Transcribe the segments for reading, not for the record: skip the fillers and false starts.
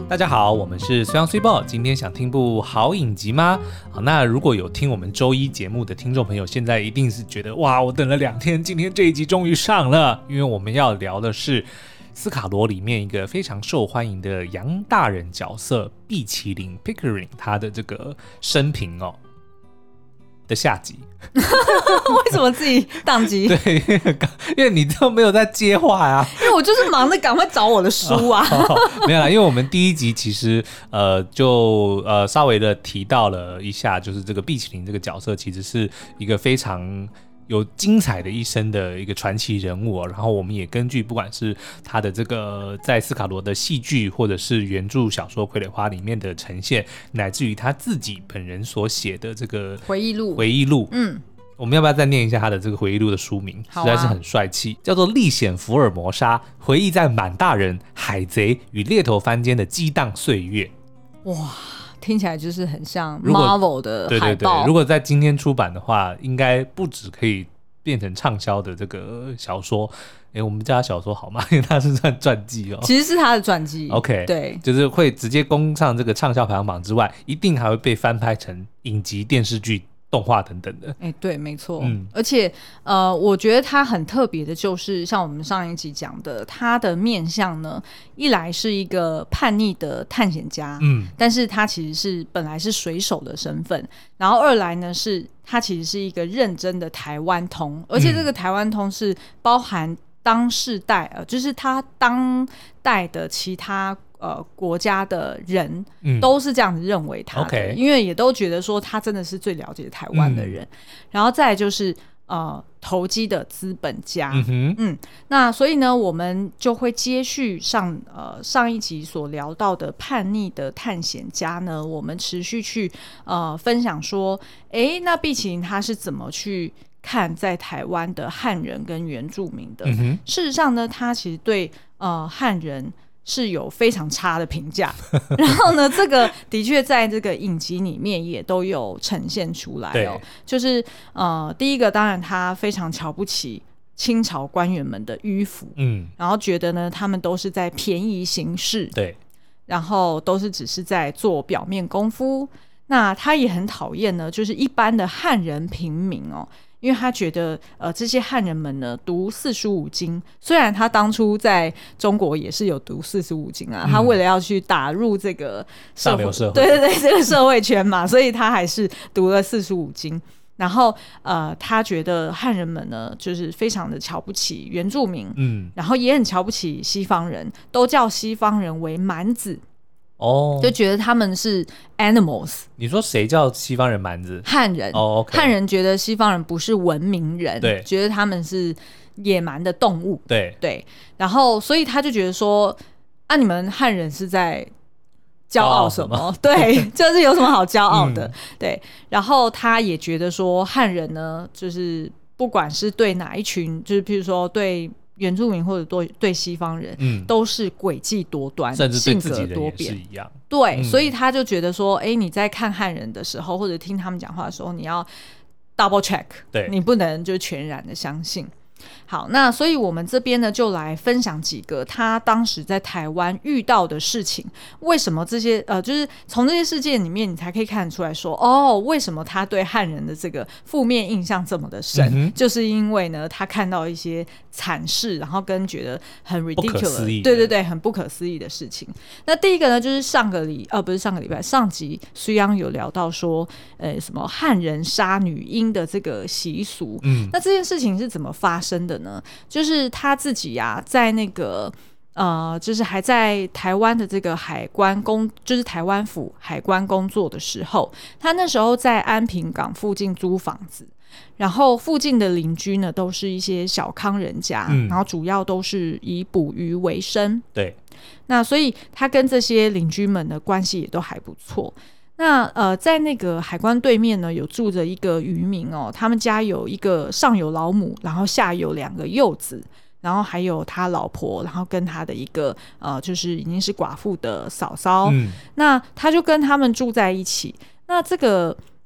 大家好，我们是虽阳虽报，今天想听部好影集吗？好，那如果有听我们周一节目的听众朋友，现在一定是觉得哇，我等了2天，今天这一集终于上了，因为我们要聊的是斯卡罗里面一个非常受欢迎的洋大人角色碧淇淋 Pickering 他的这个生平的下集。 为什么自己宕机？ 对，因为你都没有在接话啊。 因为我就是忙着赶快找我的书啊。 没有啦，因为我们第一集其实就稍微的提到了一下，就是这个碧淇淋这个角色其实是一个非常有精彩的一生的一个传奇人物然后我们也根据不管是他的这个在斯卡罗的戏剧或者是原著小说《傀儡花》里面的呈现，乃至于他自己本人所写的这个回忆录， 我们要不要再念一下他的这个回忆录的书名？实在是很帅气，叫做《历险福尔摩沙：回忆在满大人、海贼与猎头番间的激荡岁月》。 哇，听起来就是很像 Marvel 的海报。 对，如果在今天出版的话，应该不只可以变成畅销的这个小说。我们叫它小说好吗？因为它是算传记其实是他的传记。 OK， 对， 就是会直接攻上这个畅销排行榜之外，一定还会被翻拍成影集、电视剧、动画等等的。 对，没错。而且我觉得他很特别的就是像我们上一集讲的，他的面向呢，一来是一个叛逆的探险家，但是他其实本来是水手的身份，然后二来呢是他其实是一个认真的台湾通，而且这个台湾通是包含当世代就是他当代的其他国家的人都是这样子认为他的因为也都觉得说他真的是最了解台湾的人然后再来就是投机的资本家那所以呢我们就会接续上一集所聊到的叛逆的探险家呢，我们持续去分享说那碧淇淋他是怎么去看在台湾的汉人跟原住民的事实上呢他其实对汉人是有非常差的评价然后呢这个的确在这个影集里面也都有呈现出来就是第一个当然他非常瞧不起清朝官员们的迂腐然后觉得呢他们都是在便宜行事对， 然后都是只是在做表面功夫那他也很讨厌呢就是一般的汉人平民因为他觉得这些汉人们呢读45经，虽然他当初在中国也是有读45经他为了要去打入这个上流社会， 对这个社会圈嘛，所以他还是读了45经。然后他觉得汉人们呢就是非常的瞧不起原住民然后也很瞧不起西方人，都叫西方人为蛮子就觉得他们是 animals。 你说谁叫西方人蛮子？ 汉人 okay 汉人觉得西方人不是文明人， 对， 觉得他们是野蛮的动物， 对， 然后所以他就觉得说你们汉人是在骄傲什么对，就是有什么好骄傲的对，然后他也觉得说汉人呢就是不管是对哪一群，就是譬如说对原住民或者对西方人都是诡计多端， 甚至对自己性格多变人也是一样对所以他就觉得说你在看汉人的时候或者听他们讲话的时候，你要 double check， 对，你不能就全然的相信。好，那所以我们这边呢就来分享几个他当时在台湾遇到的事情，为什么这些就是从这些事件里面你才可以看得出来说为什么他对汉人的这个负面印象这么的深就是因为呢他看到一些惨事，然后跟觉得很 ridiculous， 对，很不可思议的事情。那第一个呢就是不是上个礼拜上集苏央有聊到说什么汉人杀女婴的这个习俗那这件事情是怎么发生的呢？就是他自己在那个就是还在台湾的这个海关就是台湾府海关工作的时候，他那时候在安平港附近租房子，然后附近的邻居呢都是一些小康人家然后主要都是以捕鱼为生对， 那所以他跟这些邻居们的关系也都还不错。那在那个海关对面呢有住着一个渔民他们家有一个上有老母，然后下有2个幼子，然后还有他老婆，然后跟他的一个就是已经是寡妇的嫂嫂那他就跟他们住在一起。那这个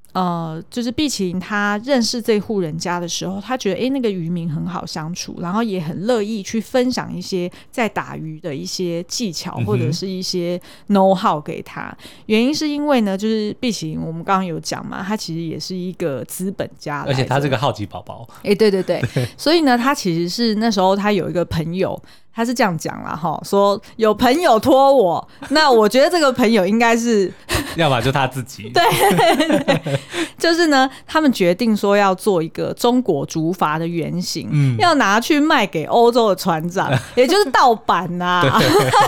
就是碧麒麟他认识这户人家的时候，他觉得那个渔民很好相处，然后也很乐意去分享一些在打鱼的一些技巧或者是一些 know how 给他。原因是因为呢，就是碧麒麟我们刚刚有讲嘛，他其实也是一个资本家， 而且他是个好奇宝宝。 对对对，所以呢，他其实是那时候他有一个朋友。他是这样讲啦齁，说有朋友托我，那我觉得这个朋友应该是要么就他自己。 对对，就是呢，他们决定说要做一个中国竹筏的原型，要拿去卖给欧洲的船长，也就是盗版啊。他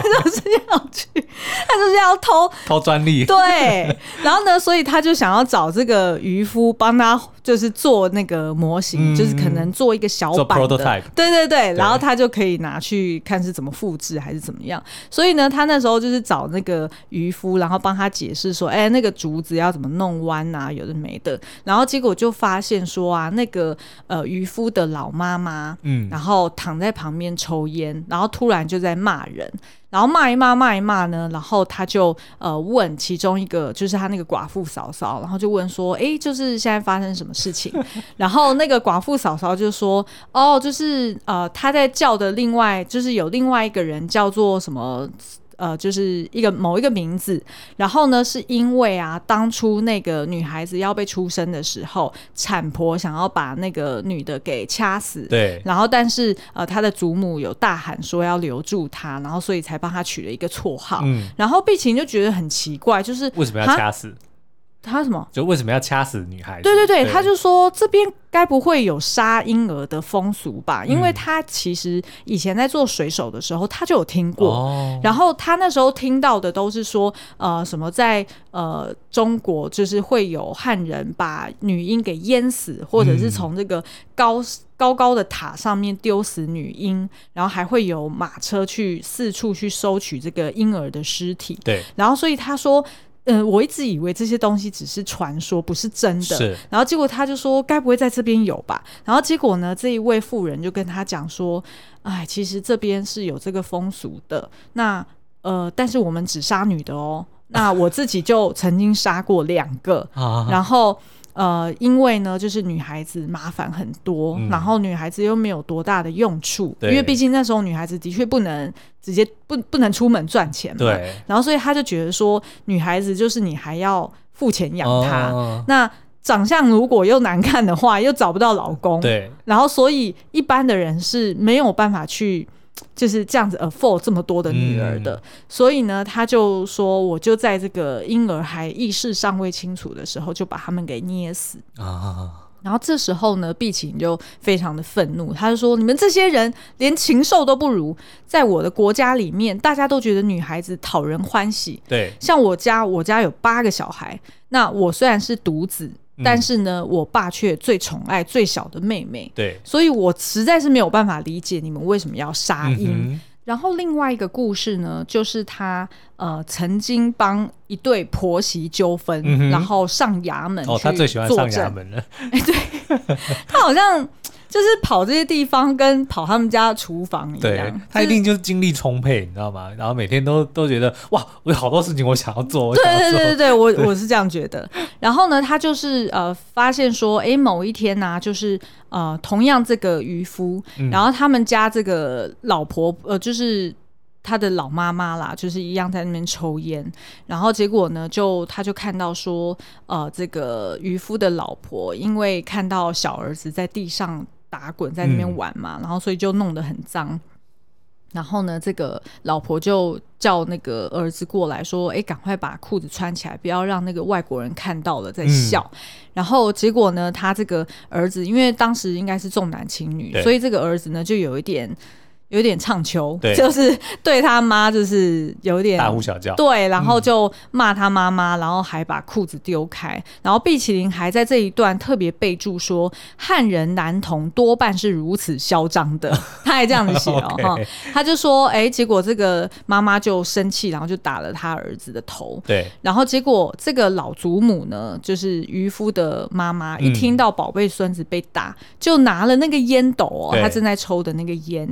就是要偷专利。 对，然后呢，所以他就想要找这个渔夫帮他就是做那个模型，就是可能做一个小版的 prototype。 对对对，然后他就可以拿去看是怎么复制还是怎么样。所以呢，他那时候就是找那个渔夫，然后帮他解释说那个竹子要怎么弄弯啊，有的没的。然后结果就发现说啊，那个渔夫的老妈妈然后躺在旁边抽烟，然后突然就在骂人，然后骂一骂呢，然后他就问其中一个就是他那个寡妇嫂嫂，然后就问说就是现在发生什么事情。然后那个寡妇嫂嫂就说就是他在叫的另外就是有另外一个人叫做什么就是某一个名字，然后呢是因为啊当初那个女孩子要被出生的时候，产婆想要把那个女的给掐死， 对， 然后但是她的祖母有大喊说要留住她，然后所以才帮她取了一个绰号。然后碧麒麟就觉得很奇怪，就是为什么要掐死他什么？ 就为什么要掐死女孩子？ 对对对，他就说这边该不会有杀婴儿的风俗吧？因为他其实以前在做水手的时候，他就有听过。然后他那时候听到的都是说，什么在中国就是会有汉人把女婴给淹死，或者是从这个高高的塔上面丢死女婴，然后还会有马车去四处去收取这个婴儿的尸体。 对， 然后所以他说。我一直以为这些东西只是传说，不是真的。 是， 然后结果他就说，该不会在这边有吧？然后结果呢，这一位妇人就跟他讲说，其实这边是有这个风俗的。那但是我们只杀女的哦。那我自己就曾经杀过2个，然后。因为呢就是女孩子麻烦很多，然后女孩子又没有多大的用处，因为毕竟那时候女孩子的确不能直接不能出门赚钱嘛， 对， 然后所以他就觉得说女孩子就是你还要付钱养她，那长相如果又难看的话又找不到老公， 对， 然后所以一般的人是没有办法去就是这样子 afford 这么多的女儿的，所以呢他就说我就在这个婴儿还意识尚未清楚的时候就把他们给捏死然后这时候呢碧麒麟就非常的愤怒，他就说你们这些人连禽兽都不如，在我的国家里面大家都觉得女孩子讨人欢喜， 对， 像我家有8个小孩，那我虽然是独子但是呢我爸却最宠爱最小的妹妹， 对， 所以我实在是没有办法理解你们为什么要杀婴然后另外一个故事呢就是他曾经帮一对婆媳纠纷然后上衙门去作证他最喜欢上衙门了对，他好像就是跑这些地方跟跑他们家的厨房一样， 对，他一定就是精力充沛你知道吗？然后每天都觉得哇我有好多事情我想要做， 对对对对，我是这样觉得。然后呢他就是发现说某一天啊就是同样这个渔夫然后他们家这个老婆就是他的老妈妈啦，就是一样在那边抽烟，然后结果呢他就看到说这个渔夫的老婆因为看到小儿子在地上打滚在那边玩嘛然后所以就弄得很脏，然后呢这个老婆就叫那个儿子过来说赶快把裤子穿起来，不要让那个外国人看到了在笑然后结果呢他这个儿子因为当时应该是重男轻女，所以这个儿子呢就有点唱秋，就是对他妈就是有点大呼小叫， 对，然后就骂他妈妈然后还把裤子丢开，然后碧麒麟还在这一段特别备注说汉人男童多半是如此嚣张的他还这样子写okay. 他就说结果这个妈妈就生气，然后就打了他儿子的头， 对， 然后结果这个老祖母呢就是渔夫的妈妈一听到宝贝孙子被打就拿了那个烟斗他正在抽的那个烟就往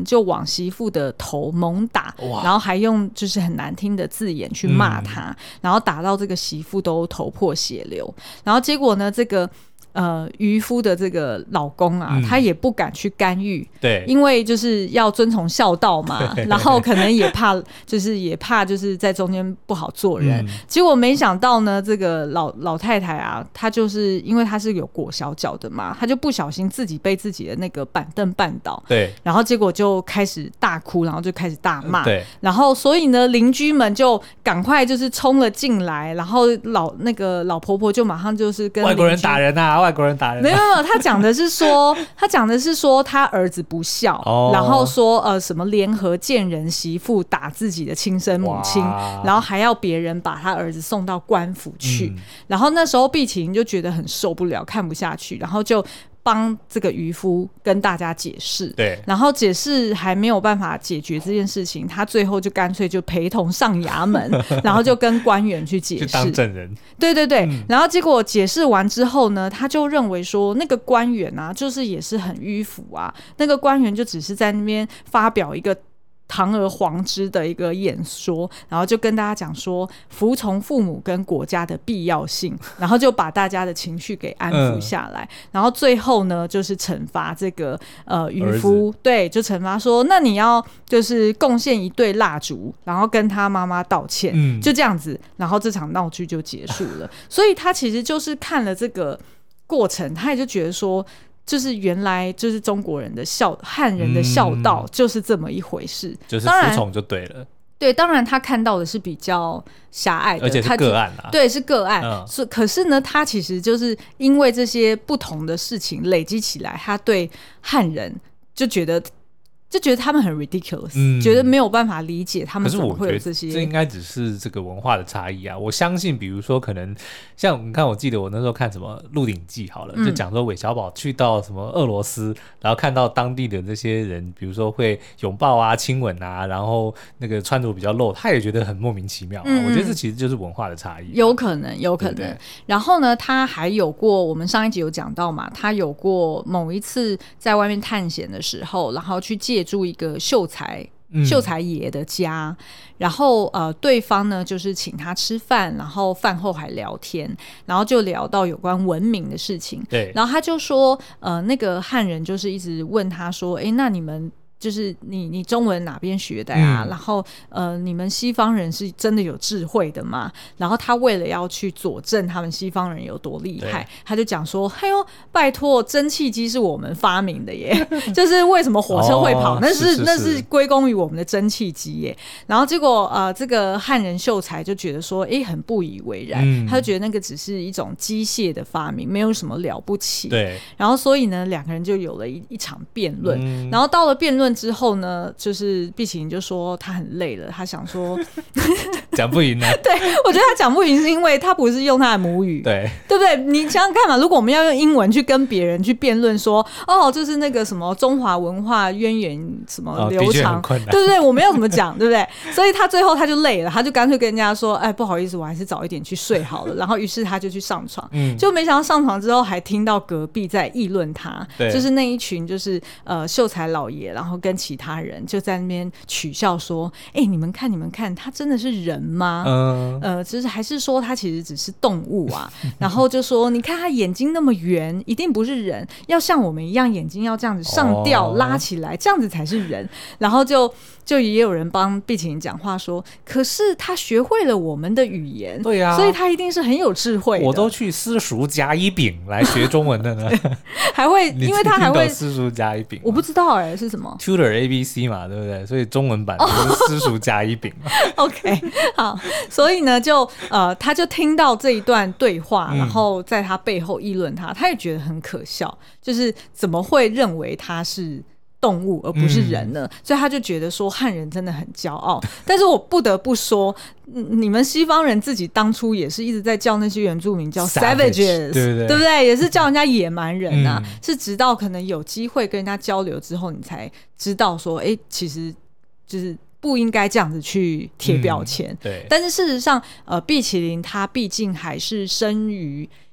媳妇的头猛打，然后还用就是很难听的字眼去骂她，然后打到这个媳妇都头破血流。然后结果呢，这个渔夫的这个老公啊，他也不敢去干预， 对， 因为就是要遵从孝道嘛，然后可能也怕就是在中间不好做人。结果没想到呢，这个老太太啊，她就是因为她是有裹小脚的嘛，她就不小心自己被自己的那个板凳绊倒， 对， 然后结果就开始大哭，然后就开始大骂， 对， 然后所以呢，邻居们就赶快就是冲了进来，然后老婆婆就马上就是跟外国人打人啊。外国人打人、啊、 没有，他讲的是说他儿子不孝，然后说什么联合贱人媳妇打自己的亲生母亲，然后还要别人把他儿子送到官府去，然后那时候毕启林就觉得很受不了，看不下去，然后就帮这个渔夫跟大家解释， 对， 然后解释还没有办法解决这件事情，他最后就干脆就陪同上衙门，然后就跟官员去解释， 去当证人， 对对对，然后结果解释完之后呢，他就认为说那个官员啊，就是也是很迂腐啊，那个官员就只是在那边发表一个堂而皇之的一个演说，然后就跟大家讲说服从父母跟国家的必要性，然后就把大家的情绪给安抚下来，然后最后呢就是惩罚这个渔夫，对，就惩罚说那你要就是贡献一对蜡烛，然后跟他妈妈道歉，就这样子，然后这场闹剧就结束了。所以他其实就是看了这个过程，他也就觉得说就是原来就是中国人的汉人的孝道就是这么一回事， 就是服从就对了。 对，当然他看到的是比较狭隘的， 而且是个案啊， 对，是个案。可是呢，他其实就是因为这些不同的事情累积起来，他对汉人就觉得他们很 ridiculous，觉得没有办法理解他们怎么会有这些。 这应该只是这个文化的差异啊！我相信，比如说，可能像你看，我记得我那时候看什么《鹿鼎记》好了，就讲说韦小宝去到什么俄罗斯，然后看到当地的这些人，比如说会拥抱啊、亲吻啊，然后那个穿着比较露，他也觉得很莫名其妙啊。我觉得这其实就是文化的差异， 有可能。对对，然后呢，他还有过，我们上一集有讲到嘛，他有过某一次在外面探险的时候，然后去借住一个秀才爷的家，然后对方呢就是请他吃饭，然后饭后还聊天，然后就聊到有关文明的事情。 对， 然后他就说那个汉人就是一直问他说，哎，那你们就是你中文哪边学的啊？然后你们西方人是真的有智慧的吗？然后他为了要去佐证他们西方人有多厉害，他就讲说：“哎呦，拜托，蒸汽机是我们发明的耶！就是为什么火车会跑，那是归功于我们的蒸汽机耶。”然后结果这个汉人秀才就觉得说：“哎，很不以为然。他就觉得那个只是一种机械的发明，没有什么了不起。对，然后所以呢，两个人就有了一场辩论。然后到了辩论之后呢，就是毕启林就说他很累了，他想说讲不赢啊。 对，我觉得他讲不赢是因为他不是用他的母语，对不对？你想想看嘛，如果我们要用英文去跟别人去辩论说，就是那个什么中华文化渊源什么流长，对不对？我们要怎么讲，对不对？所以他最后他就累了，他就干脆跟人家说，哎，不好意思，我还是早一点去睡好了。然后于是他就去上床，就没想到上床之后还听到隔壁在议论他，就是那一群就是秀才老爷，然后跟其他人就在那边取笑说，哎，你们看他真的是人吗？就是还是说他其实只是动物啊？然后就说你看他眼睛那么圆，一定不是人，要像我们一样眼睛要这样子上吊拉起来，这样子才是人。然后就也有人帮毕启林讲话说，可是他学会了我们的语言，对啊，所以他一定是很有智慧的。 我都去私塾甲乙丙来学中文的呢。 还会因为他还会私塾甲乙丙， 我不知道是什么 Tutor ABC 嘛，对不对？所以中文版就是私塾甲乙丙嘛。 OK， 好，所以呢就他就听到这一段对话，然后在他背后议论他也觉得很可笑，就是怎么会认为他是动物而不是人呢？所以他就觉得说汉人真的很骄傲。但是我不得不说，你们西方人自己当初也是一直在叫那些原住民叫 savages， 对不对？也是叫人家野蛮人啊。是直到可能有机会跟人家交流之后，你才知道说，哎，其实就是不应该这样子去贴标签。对。但是事实上，毕启林他毕竟还是生于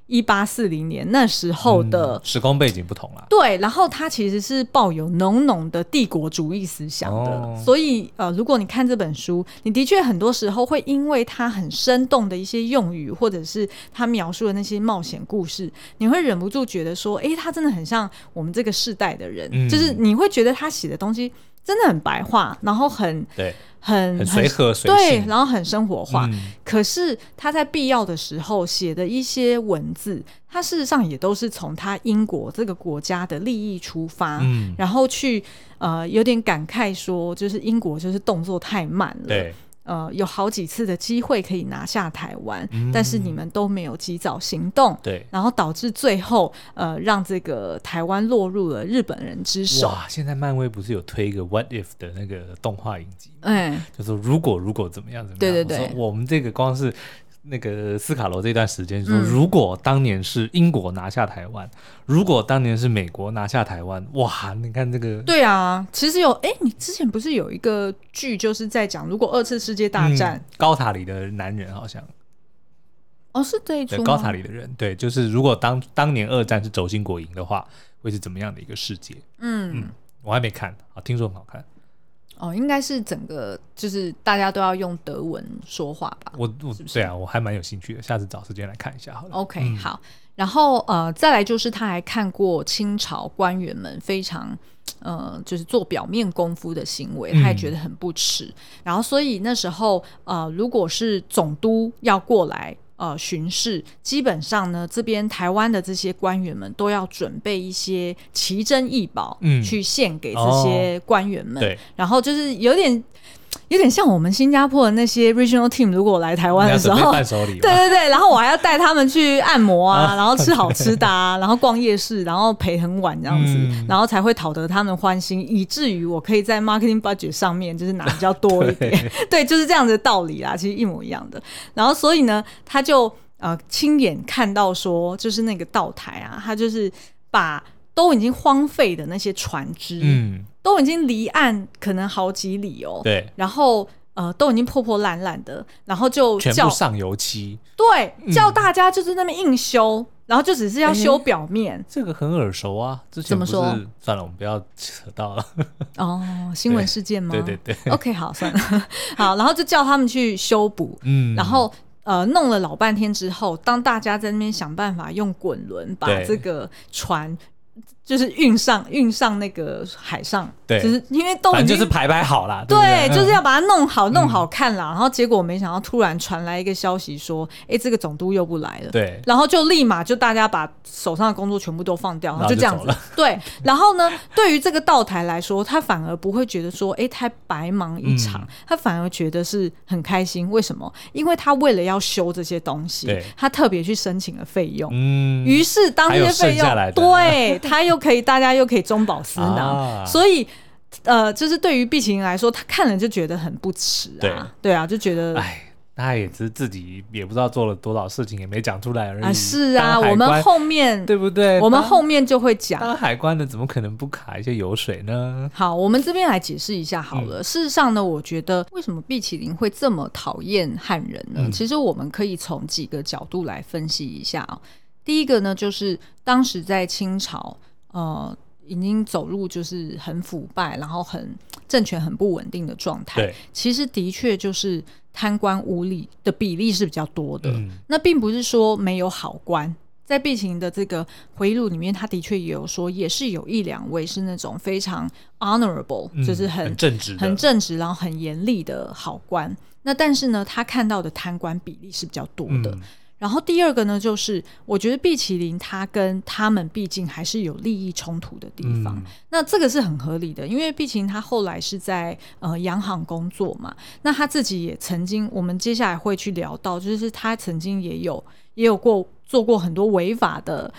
1840年那时候的时空背景不同啦。 对，然后他其实是抱有浓浓的帝国主义思想的，所以如果你看这本书，你的确很多时候会因为他很生动的一些用语，或者是他描述的那些冒险故事，你会忍不住觉得说，他真的很像我们这个世代的人，就是你会觉得他写的东西真的很白话，然后很随和随性， 对，然后很生活化。可是他在必要的时候写的一些文字，他事实上也都是从他英国这个国家的利益出发，然后去有点感慨说，就是英国就是动作太慢了。 对。 有好几次的机会可以拿下台湾，但是你们都没有及早行动， 对， 然后导致最后让这个台湾落入了日本人之手。 哇，现在漫威不是有推一个 What If 的那个动画影集，就说如果怎么样怎么样， 对对对， 我们这个光是那个斯卡罗这段时间说，如果当年是英国拿下台湾，如果当年是美国拿下台湾，哇，你看这个。 对啊，其实有你之前不是有一个剧就是在讲，如果2次世界大战， 高塔里的男人好像。 是这一出吗？ 高塔里的人，对，就是如果当年2战是轴心国赢的话，会是怎么样的一个世界？我还没看，听说很好看。 应该是整个就是大家都要用德文说话吧？ 是不是？对啊，我还蛮有兴趣的，下次找时间来看一下好了。 OK，好。然后再来就是他还看过清朝官员们非常就是做表面功夫的行为，他也觉得很不耻。然后所以那时候如果是总督要过来巡视，基本上呢这边台湾的这些官员们都要准备一些奇珍异宝去献给这些官员们，对，然后就是有点像我们新加坡的那些 regional team 如果来台湾的时候，对对对，然后我还要带他们去按摩啊，然后吃好吃的啊，然后逛夜市，然后陪很晚这样子，然后才会讨得他们欢心，以至于我可以在 marketing budget 上面就是拿比较多一点对，就是这样的道理啦，其实一模一样的。然后所以呢他就亲眼看到说，就是那个道台啊，他就是把都已经荒废的那些船只都已经离岸可能好几里对，然后都已经破破烂烂的，然后就全部上油漆， 对，叫大家就是那边硬修，然后就只是要修表面。 这个很耳熟啊，之前不是，怎么说？算了，我们不要扯到了。 新闻事件吗？ 对对对。 OK， 好，算了。好，然后就叫他们去修补，然后弄了老半天之后，当大家在那边想办法用滚轮把这个船就是运上那个海上，对，就是因为都已经反正就是排好啦， 对，就是要把它弄好看啦。然后结果没想到突然传来一个消息说，这个总督又不来了，对，然后就立马就大家把手上的工作全部都放掉，然后就这样子，对。然后呢，对于这个道台来说，他反而不会觉得说，太白忙一场，他反而觉得是很开心。为什么？因为他为了要修这些东西，他特别去申请了费用，于是当这些费用，对，他又可以，大家又可以中饱私囊，所以就是对于毕奇麟来说，他看了就觉得很不耻啊，对啊，就觉得他也是自己也不知道做了多少事情，也没讲出来而已。 是啊，我们后面对不对？ 我们后面就会讲。 当海关的怎么可能不卡一些油水呢？ 好，我们这边来解释一下好了。事实上呢，我觉得为什么毕奇麟会这么讨厌汉人呢？其实我们可以从几个角度来分析一下第一个呢，就是当时在清朝，已经走入就是很腐败，然后政权很不稳定的状态。其实的确就是贪官污吏的比例是比较多的。那并不是说没有好官，在毕奇麟的这个回忆录里面，他的确也有说，也是有1-2位是那种非常 honorable，就是很正直，然后很严厉的好官。那但是呢，他看到的贪官比例是比较多的。然后第二个呢，就是我觉得毕奇麟他跟他们毕竟还是有利益冲突的地方，那这个是很合理的，因为毕奇麟他后来是在洋行工作嘛，那他自己也曾经，我们接下来会去聊到，就是他曾经也有做过很多违法的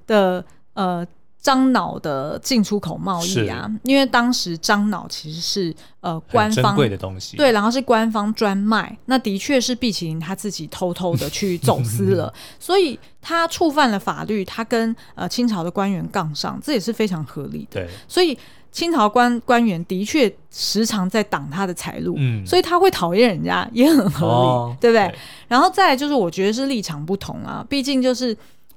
樟脑的进出口贸易啊，因为当时樟脑其实是官方很珍贵的东西， 对，然后是官方专卖，那的确是毕奇麟他自己偷偷的去走私了所以他触犯了法律，他跟清朝的官员杠上，这也是非常合理的。对，所以清朝官员的确时常在挡他的财路，所以他会讨厌人家也很合理，对不对？然后再来就是我觉得是立场不同啊，毕竟就是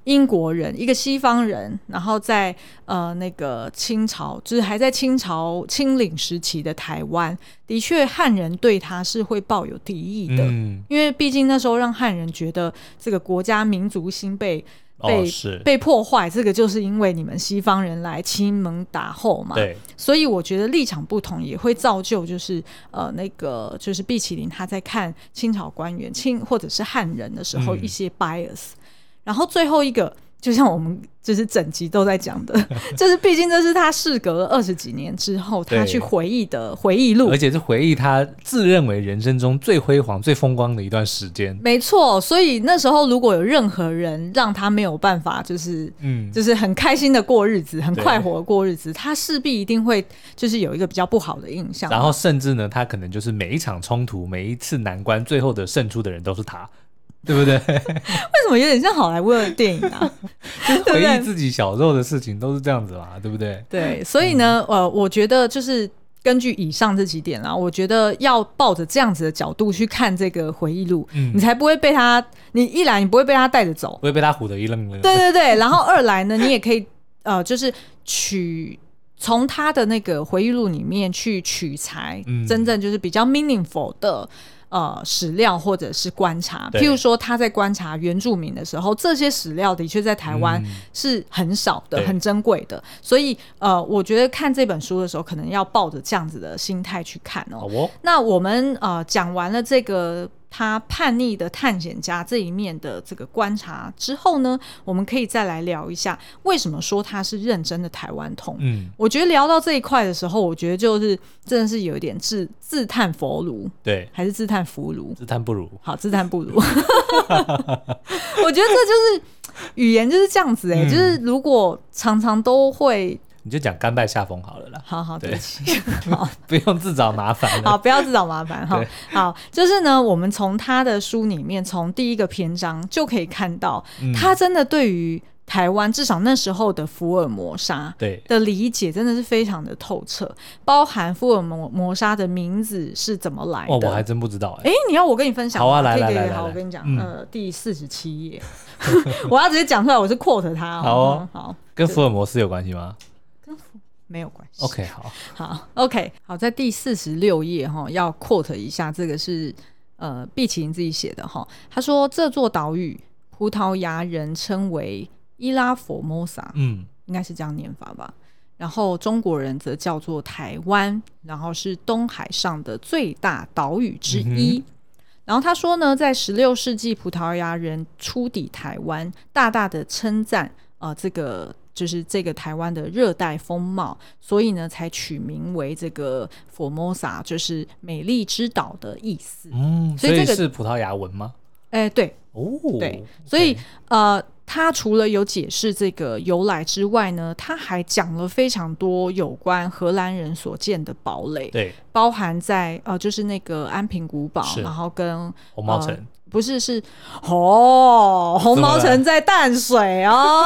英国人，一个西方人，然后在那个清朝，就是还在清朝清领时期的台湾，的确汉人对他是会抱有敌意的，因为毕竟那时候让汉人觉得这个国家民族心被破坏，这个就是因为你们西方人来欺门打后嘛。 对， 所以我觉得立场不同也会造就，就是那个就是毕麒麟他在看清朝官员或者是汉人的时候一些 bias。然后最后一个，就像我们就是整集都在讲的，就是毕竟这是他事隔20几年之后他去回忆的回忆录， 而且是回忆他自认为人生中最辉煌最风光的一段时间。 没错，所以那时候如果有任何人让他没有办法就是很开心的过日子，很快活的过日子，他势必一定会就是有一个比较不好的印象， 然后甚至呢他可能就是每一场冲突每一次难关最后的胜出的人都是他，对不对？为什么有点像好莱坞的电影啊？ 就是回忆自己小时候的事情都是这样子嘛，对不对？ 对，所以呢，我觉得就是根据以上这几点啦，我觉得要抱着这样子的角度去看这个回忆录，你才不会被他，你一来你不会被他带着走， 不会被他唬得一愣愣。 对对对，然后二来呢，你也可以就是从他的那个回忆录里面去取材，真正就是比较 meaningful 的史料或者是观察，譬如说他在观察原住民的时候，这些史料的确在台湾是很少的，很珍贵的，所以我觉得看这本书的时候可能要抱着这样子的心态去看哦。那我们讲完了这个他叛逆的探险家这一面的这个观察之后呢，我们可以再来聊一下为什么说他是认真的台湾通。我觉得聊到这一块的时候，我觉得就是真的是有一点自叹佛炉，对，还是自叹弗炉？自叹不如。好，自叹不如。我觉得这就是语言就是这样子就是如果常常都会。 你就讲甘拜下风好了啦。 好，对不起，好， 不用自找麻烦了。 好，不要自找麻烦。好，就是呢，我们从他的书里面，从第一个篇章就可以看到，他真的对于台湾至少那时候的福尔摩沙的理解真的是非常的透彻，包含福尔摩沙的名字是怎么来的。 我还真不知道。 你要我跟你分享？ 好啊，来， 好，我跟你讲，第47页，我要直接讲出来，我是 quote 他。好， 跟福尔摩斯有关系吗？ 没有关系。 OK， OK， 好，在第46页要 quote 一下，这个是毕麒麟自己写的他说这座岛屿葡萄牙人称为伊拉佛莫萨，应该是这样念法吧。然后中国人则叫做台湾，然后是东海上的最大岛屿之一。然后他说呢，在16世纪葡萄牙人初抵台湾，大大的称赞这个就是这个台湾的热带风貌，所以呢才取名为这个 Formosa， 就是美丽之岛的意思。 所以是葡萄牙文吗？ 对，对，所以他除了有解释这个由来之外呢，他还讲了非常多有关荷兰人所建的堡垒，对，包含在就是那个安平古堡，然后跟红毛城。 不是，是红毛城在淡水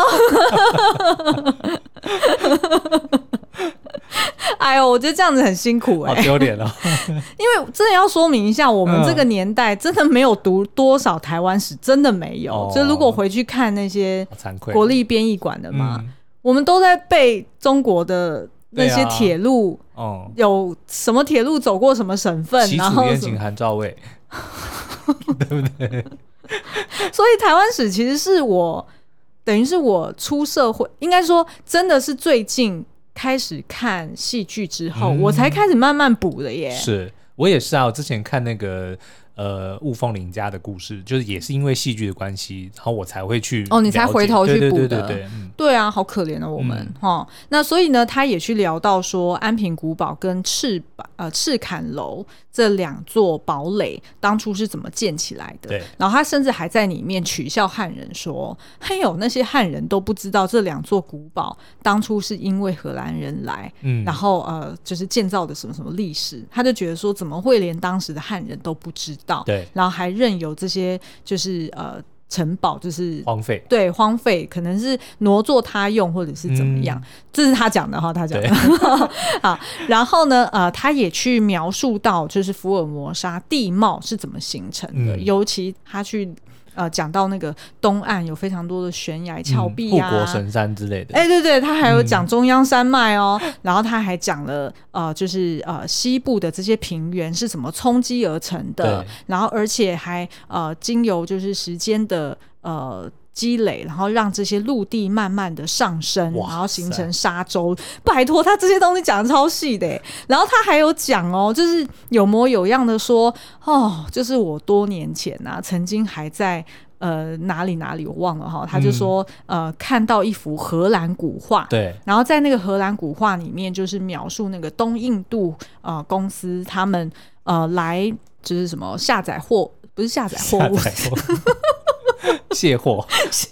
哎呦，我觉得这样子很辛苦好丢脸哦。 因为真的要说明一下，我们这个年代真的没有读多少台湾史，真的没有。就如果回去看那些国立编译馆的嘛，我们都在背中国的那些铁路，有什么铁路走过什么省份， 齐楚燕秦韩赵魏。对不对？ 所以台湾史其实是等于是我出社会，应该说真的是最近开始看戏剧之后，我才开始慢慢补的耶。 是我也是啊，我之前看那个雾峰林家的故事，就是也是因为戏剧的关系，然后我才会去你才回头去补的。 对啊，好可怜我们那所以呢，他也去聊到说安平古堡跟赤坎楼这两座堡垒当初是怎么建起来的。对，然后他甚至还在里面取笑汉人说，还有那些汉人都不知道这两座古堡当初是因为荷兰人来，然后就是建造的什么什么历史，他就觉得说怎么会连当时的汉人都不知道。对，然后还任由这些就是城堡就是荒废， 对，荒废，可能是挪作他用或者是怎么样，这是他讲的他讲的好，然后呢他也去描述到就是福尔摩沙地貌是怎么形成的，尤其他去讲到那个东岸有非常多的悬崖峭壁啊， 护国神山之类的。 对对，他还有讲中央山脉哦，然后他还讲了就是西部的这些平原是怎么冲击而成的，然后而且还经由就是时间的积累，然后让这些陆地慢慢的上升，然后形成沙洲。拜托，他这些东西讲的超细的耶。然后他还有讲就是有模有样的说就是我多年前啊曾经还在哪里我忘了哈，他就说看到一幅荷兰古画， 对， 然后在那个荷兰古画里面就是描述那个东印度公司他们来就是什么下载货，不是下载货物卸货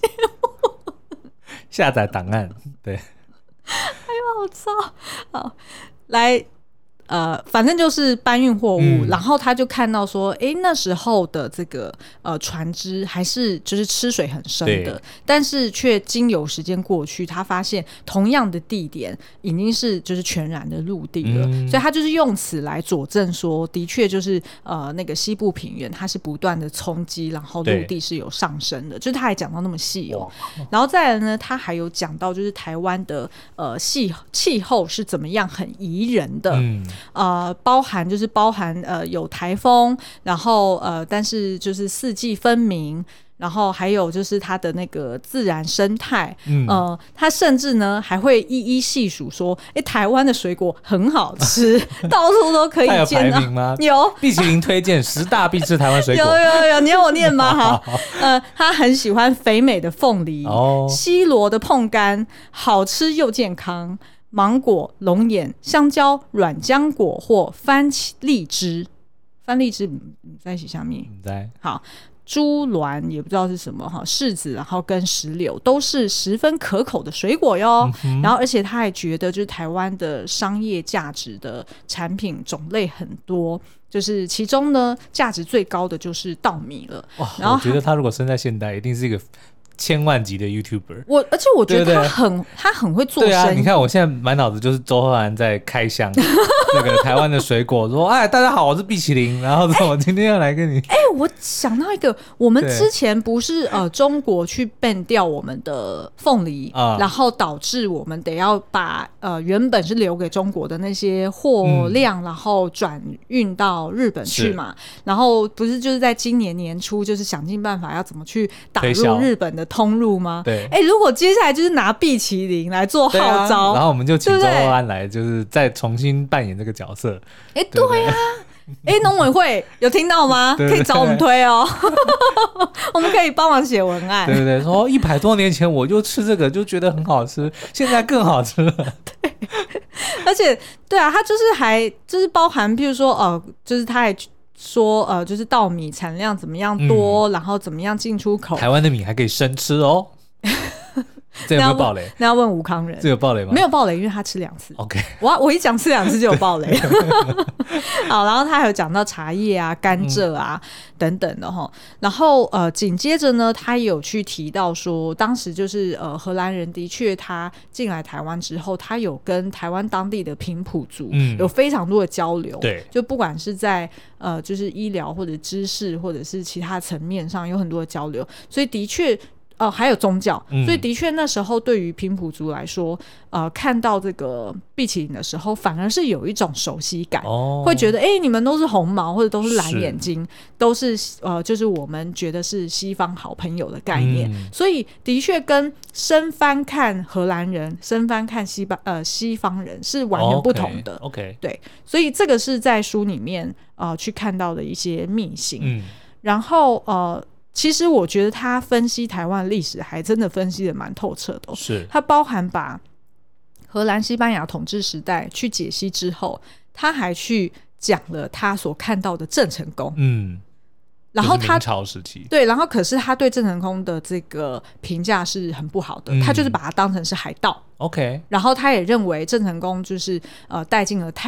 下载档案，对， 哎呦好操，好来反正就是搬运货物，然后他就看到说那时候的这个船只还是就是吃水很深的，但是却经由时间过去，他发现同样的地点已经是就是全然的陆地了，所以他就是用此来佐证说的确就是那个西部平原它是不断的冲击，然后陆地是有上升的，就是他还讲到那么细然后再来呢他还有讲到就是台湾的气候是怎么样很宜人的，包含有台风，然后但是就是四季分明，然后还有就是它的那个自然生态，它甚至呢还会一一细数说台湾的水果很好吃到处都可以见到。 有排名吗？ 有碧淇淋推荐10大必吃台湾水果， 有你要我念吗？好他很喜欢肥美的凤梨，西螺的椪柑好吃又健康，芒果、龙眼、香蕉、软浆果或番荔枝在一起下面好，猪卵也不知道是什么柿子，然后跟石榴都是十分可口的水果哟，然后而且他还觉得就是台湾的商业价值的产品种类很多，就是其中呢价值最高的就是稻米了。然后我觉得他如果生在现代一定是一个千万级的 YouTuber， 而且我觉得他很会做生意。对啊， 你看我现在满脑子就是周赫然在开箱那个台湾的水果，说大家好，我是碧淇淋，然后我今天要来跟你我想到一个，我们之前不是中国去 ban 掉我们的凤梨，然后导致我们得要把原本是留给中国的那些货量，然后转运到日本去嘛，然后不是就是在今年年初就是想尽办法要怎么去打入日本的通路吗？ 对， 如果接下来就是拿碧淇淋来做号召， 然后我们就请周厚安来，就是再重新扮演这个角色。 对啊，农委会有听到吗？可以找我们推哦，我们可以帮忙写文案。 对对，说100多年前我就吃这个就觉得很好吃，现在更好吃了。 对，而且对啊，它就是包含，譬如说就是他还说就是稻米产量怎么样多，然后怎么样进出口， 台湾的米还可以生吃哦。这有没有爆雷？ 那要问吴康仁。 这有爆雷吗？ 没有爆雷，因为他吃2次。 OK， 我一讲吃2次就有爆雷。好，然后他还有讲到茶叶啊、甘蔗啊等等的齁。然后紧接着呢，他也有去提到说，当时就是荷兰人的确他进来台湾之后，他有跟台湾当地的平埔族有非常多的交流。 对， 就不管是在就是医疗或者知识或者是其他层面上有很多的交流，所以的确。还有宗教，所以的确那时候对于平埔族来说，看到这个碧淇淋的时候，反而是有一种熟悉感，会觉得你们都是红毛或者都是蓝眼睛，都是就是我们觉得是西方好朋友的概念，所以的确跟生番看荷兰人、生番看西方人是完全不同的。 OK， 对，所以这个是在书里面去看到的一些秘辛，然后其实我觉得他分析台湾历史还真的分析的蛮透彻的， 是他包含把荷兰西班牙统治时代去解析之后，他还去讲了他所看到的郑成功，然后他明朝时期对，然后可是他对郑成功的这个评价是很不好的，他就是把他当成是海盗。 OK， 然后他也认为郑成功就是带进了太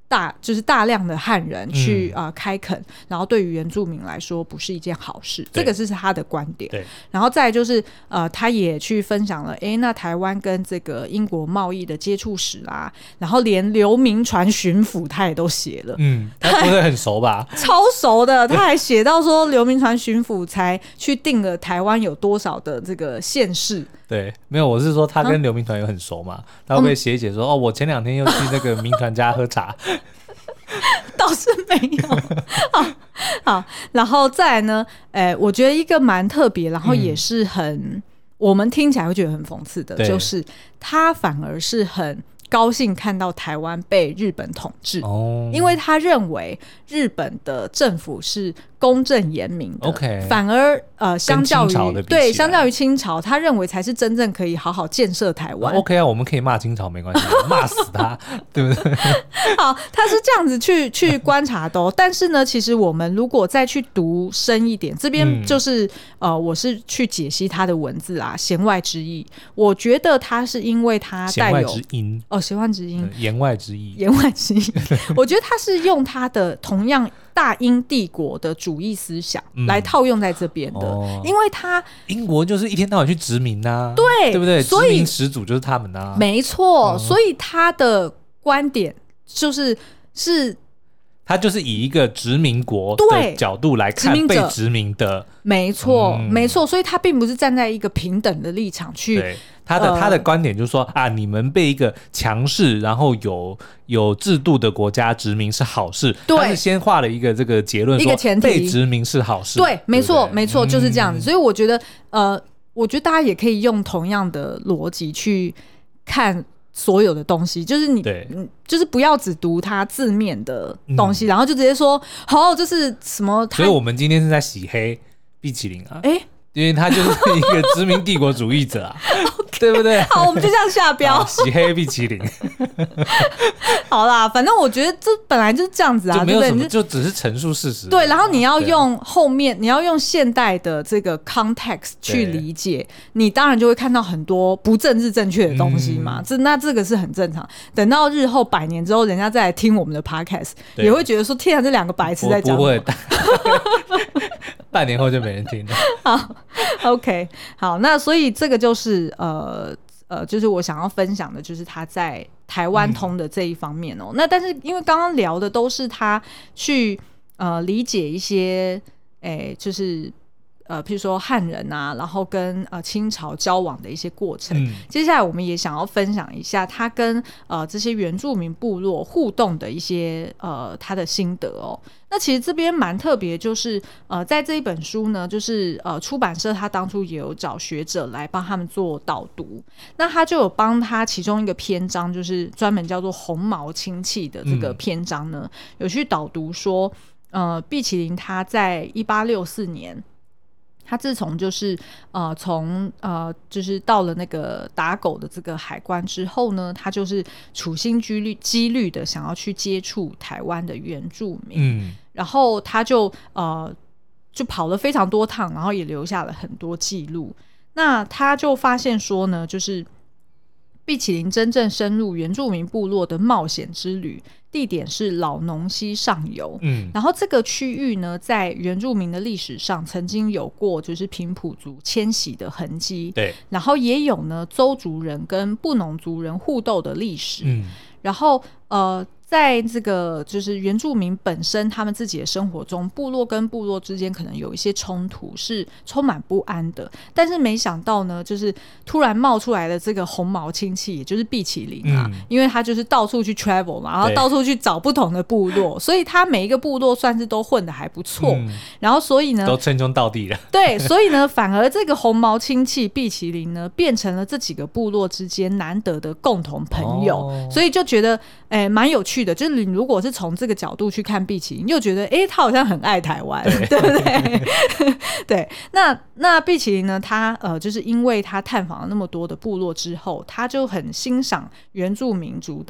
就是大量的汉人去开垦，然后对于原住民来说不是一件好事，这个是他的观点。 对， 然后再来就是他也去分享了那台湾跟这个英国贸易的接触史啦，然后连刘铭传巡抚他也都写了。 他不会很熟吧？ 超熟的，他还写到说刘铭传巡抚才去定了台湾有多少的这个县市。 对，没有，我是说他跟刘铭传有很熟嘛？他会不会写一写说我前2天又去那个铭传家喝茶？ 倒是没有。好，然后再来呢，我觉得一个蛮特别，然后也是很我们听起来会觉得很讽刺的，就是他反而是很高兴看到台湾被日本统治，因为他认为日本的政府是公正严明的，反而相较于清朝，他认为才是真正可以好好建设台湾。 OK 啊，我们可以骂清朝没关系，骂死他，对不对？ 好，他是这样子去观察的但是呢，其实我们如果再去读深一点，这边就是我是去解析他的文字啊，弦外之意。我觉得他是因为他带有弦外之音弦外之音， 言外之意， 言外之意。我觉得他是用他的同样大英帝国的主义思想来套用在这边的，因为他英国就是一天到晚去殖民啊， 对不对？ 所以殖民始祖就是他们啊， 没错。所以他的观点是他就是以一个殖民国的角度来看被殖民的， 没错没错。所以他并不是站在一个平等的立场去。 对，他的观点就是说你们被一个强势然后有制度的国家殖民是好事，他是先画了一个这个结论，说被殖民是好事。 对，没错没错，就是这样子。所以我觉得大家也可以用同样的逻辑去看所有的东西，就是你就是不要只读它字面的东西，然后就直接说这是什么。 所以我们今天是在洗黑碧淇淋啊，因为他就是一个殖民帝国主义者啊对不对？ 好，我们就这样下标洗黑碧淇淋好啦，反正我觉得这本来就是这样子啊， 就没有什么，就只是陈述事实。 对，然后你要用后面你要用现代的这个 context 去理解，你当然就会看到很多不政治正确的东西嘛，那这个是很正常。等到日后100年之后，人家再来听我们的 podcast 也会觉得说天啊，这2个白痴在讲什么。不会半年后就没人听了。 好 OK 好，那所以这个就是就是我想要分享的，就是他在台湾通的这一方面那但是因为刚刚聊的都是他去理解一些就是譬如说汉人啊，然后跟清朝交往的一些过程。接下来我们也想要分享一下他跟这些原住民部落互动的一些他的心得那其实这边蛮特别，就是在这一本书呢，就是出版社他当初也有找学者来帮他们做导读，那他就有帮他其中一个篇章，就是专门叫做红毛亲戚的这个篇章呢，有去导读说碧淇淋他在1864年他自从就是就是到了那个打狗的这个海关之后呢，他就是处心积虑的想要去接触台湾的原住民，然后他就跑了非常多趟，然后也留下了很多记录。那他就发现说呢，就是碧淇淋真正深入原住民部落的冒险之旅地点是老农溪上游，然后这个区域呢，在原住民的历史上曾经有过就是平埔族迁徙的痕迹，对，然后也有呢邹族人跟布农族人互斗的历史，然后在这个就是原住民本身他们自己的生活中，部落跟部落之间可能有一些冲突，是充满不安的。但是没想到呢，就是突然冒出来的这个红毛亲戚，也就是碧淇淋啊，因为他就是到处去 travel 嘛，然后到处去找不同的部落，所以他每一个部落算是都混得还不错。然后所以呢， 都称兄道弟了。 对，所以呢，反而这个红毛亲戚碧淇淋呢，变成了这几个部落之间难得的共同朋友，所以就觉得蛮有趣的。就是你如果是从这个角度去看碧淇淋，又觉得他好像很爱台湾， 对不对？对，那碧淇淋呢，他就是因为他探访了那么多的部落之后，他就很欣赏原住民族的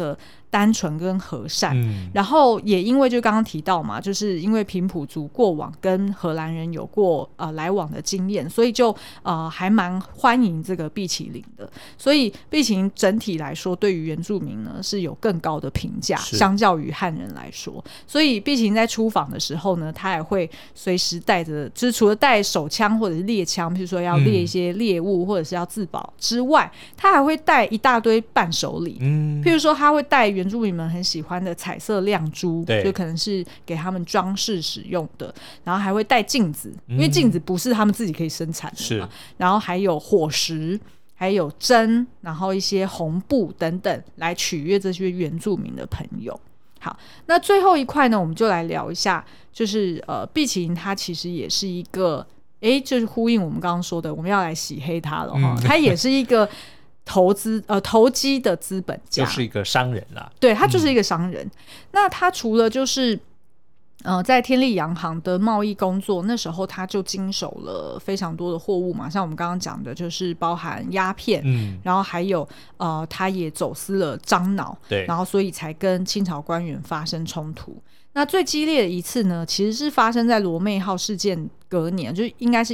单纯跟和善，然后也因为就刚刚提到嘛，就是因为平埔族过往跟荷兰人有过来往的经验，所以就还蛮欢迎这个毕麒麟的，所以毕麒麟整体来说对于原住民呢是有更高的评价，相较于汉人来说，所以毕麒麟在出访的时候呢，他也会随时带着，就是除了带手枪或者是猎枪，比如说要猎一些猎物或者是要自保之外，他还会带一大堆伴手礼，譬如说他会带原住民们很喜欢的彩色亮珠，就可能是给他们装饰使用的，然后还会带镜子，因为镜子不是他们自己可以生产的嘛，然后还有火石，还有针，然后一些红布等等来取悦这些原住民的朋友。好，那最后一块呢，我们就来聊一下，就是毕麒麟它其实也是一个就是呼应我们刚刚说的，我们要来洗黑它了哈，它也是一个投机的资本家， 就是一个商人啦。 对，他就是一个商人。那他除了就是在天利洋行的贸易工作，那时候他就经手了非常多的货物嘛，像我们刚刚讲的就是包含鸦片，然后还有他也走私了樟脑，对，然后所以才跟清朝官员发生冲突。那最激烈的一次呢，其实是发生在罗妹号事件隔年，就应该是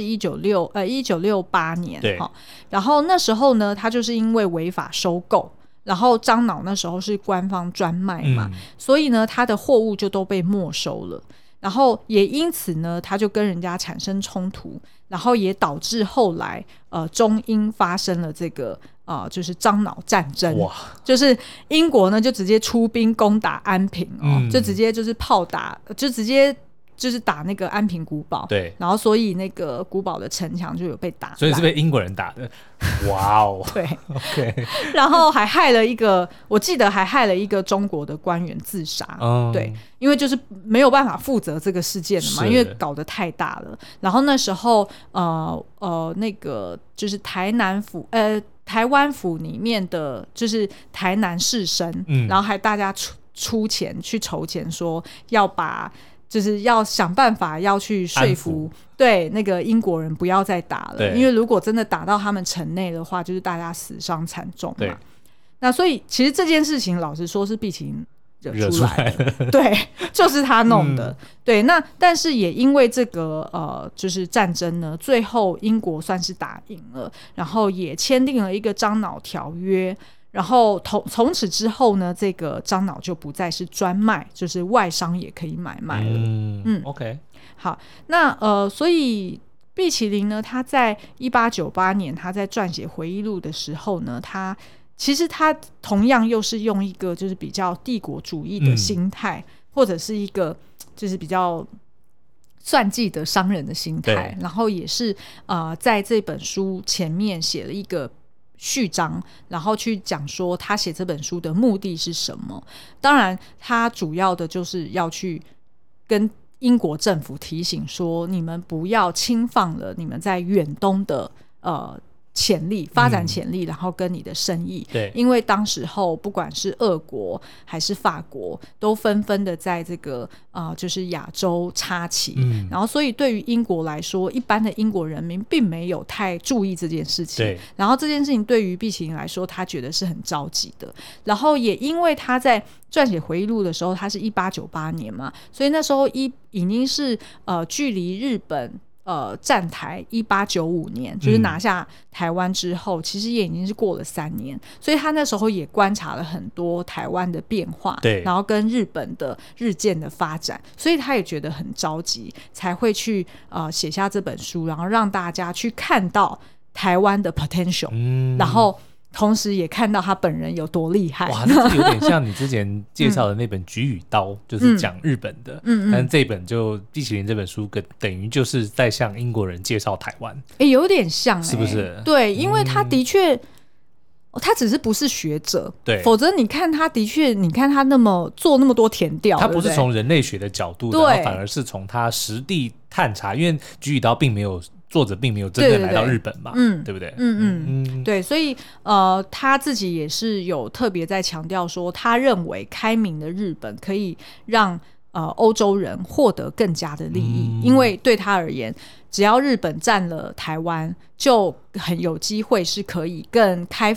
1968年，对，然后那时候呢，他就是因为违法收购，然后樟脑那时候是官方专卖嘛，所以呢，他的货物就都被没收了，然后也因此呢，他就跟人家产生冲突，然后也导致后来中英发生了这个就是樟脑战争，就是英国呢就直接出兵攻打安平就直接就是炮打，就直接就是打那个安平古堡，对，然后所以那个古堡的城墙就有被打， 所以是被英国人打的。哇哦， 对，OK， 然后还害了一个，我记得还害了一个中国的官员自杀，对，因为就是没有办法负责这个事件了嘛，因为搞得太大了。然后那时候那个就是台湾府里面的就是台南士绅，然后还大家出钱去筹钱，说要把就是要想办法要去说服对那个英国人不要再打了，因为如果真的打到他们城内的话，就是大家死伤惨重嘛。那所以其实这件事情老实说是毕麒麟惹出来的，对，就是他弄的，对。那但是也因为这个就是战争呢，最后英国算是打赢了，然后也签订了一个樟脑条约。然后从此之后呢，这个樟脑就不再是专卖，就是外商也可以买卖了。 OK， 好，那所以毕麒麟呢，他在1898年他在撰写回忆录的时候呢，其实他同样又是用一个就是比较帝国主义的心态，或者是一个就是比较算计的商人的心态，然后也是在这本书前面写了一个序章，然后去讲说他写这本书的目的是什么。当然他主要的就是要去跟英国政府提醒说，你们不要轻放了你们在远东的潜力发展潜力，然后跟你的生意，对，因为当时候不管是俄国还是法国都纷纷的在这个就是亚洲插旗，然后所以对于英国来说，一般的英国人民并没有太注意这件事情，对，然后这件事情对于毕麒麟来说，他觉得是很着急的，然后也因为他在撰写回忆录的时候，他是1898年嘛，所以那时候已经是距离日本站台1895年，就是拿下台湾之后，其实也已经是过了3年，所以他那时候也观察了很多台湾的变化，对，然后跟日本的日渐的发展，所以他也觉得很着急，才会去写下这本书，然后让大家去看到台湾的 potential，然后同时也看到他本人有多厉害。 哇，那有点像你之前介绍的那本《菊与刀》就是讲日本的，但是这本就毕麒麟这本书等于就是在向英国人介绍台湾， 有点像， 是不是？ 对，因为他的确他只是不是学者，对，否则你看他的确，你看他做那么多田调， 他不是从人类学的角度，对，反而是从他实地探查，因为《菊与刀》作者并没有真正来到日本嘛，对不对？ 对，所以他自己也是有特别在强调说，他认为开明的日本可以让欧洲人获得更加的利益，因为对他而言，只要日本占了台湾，就很有机会是可以更开放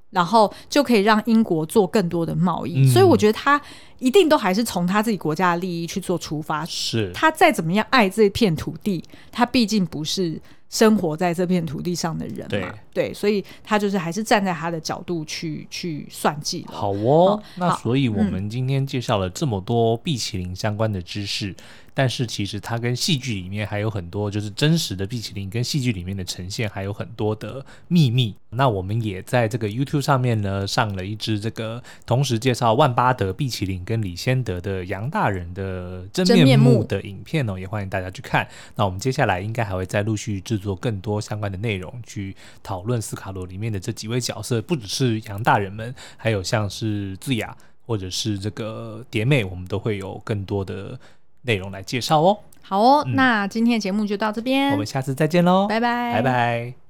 然后就可以让英国做更多的贸易，所以我觉得他一定都还是从他自己国家的利益去做出发。 是他再怎么样爱这片土地，他毕竟不是生活在这片土地上的人嘛，对，所以他就是还是站在他的角度去算计了。 好哦，那所以我们今天介绍了这么多碧淇淋相关的知识，但是其实它跟戏剧里面还有很多，就是真实的碧淇淋跟戏剧里面的呈现还有很多的秘密。那我们也在这个 YouTube 上面呢上了一支这个同时介绍万巴德、碧淇淋跟李仙得的杨大人的真面目的影片哦，也欢迎大家去看。那我们接下来应该还会再陆续制作更多相关的内容，去讨论斯卡罗里面的这几位角色，不只是杨大人们，还有像是智雅或者是这个蝶妹，我们都会有更多的内容来介绍哦。 好哦，那今天的节目就到这边， 我们下次再见喽， 拜拜， 拜拜。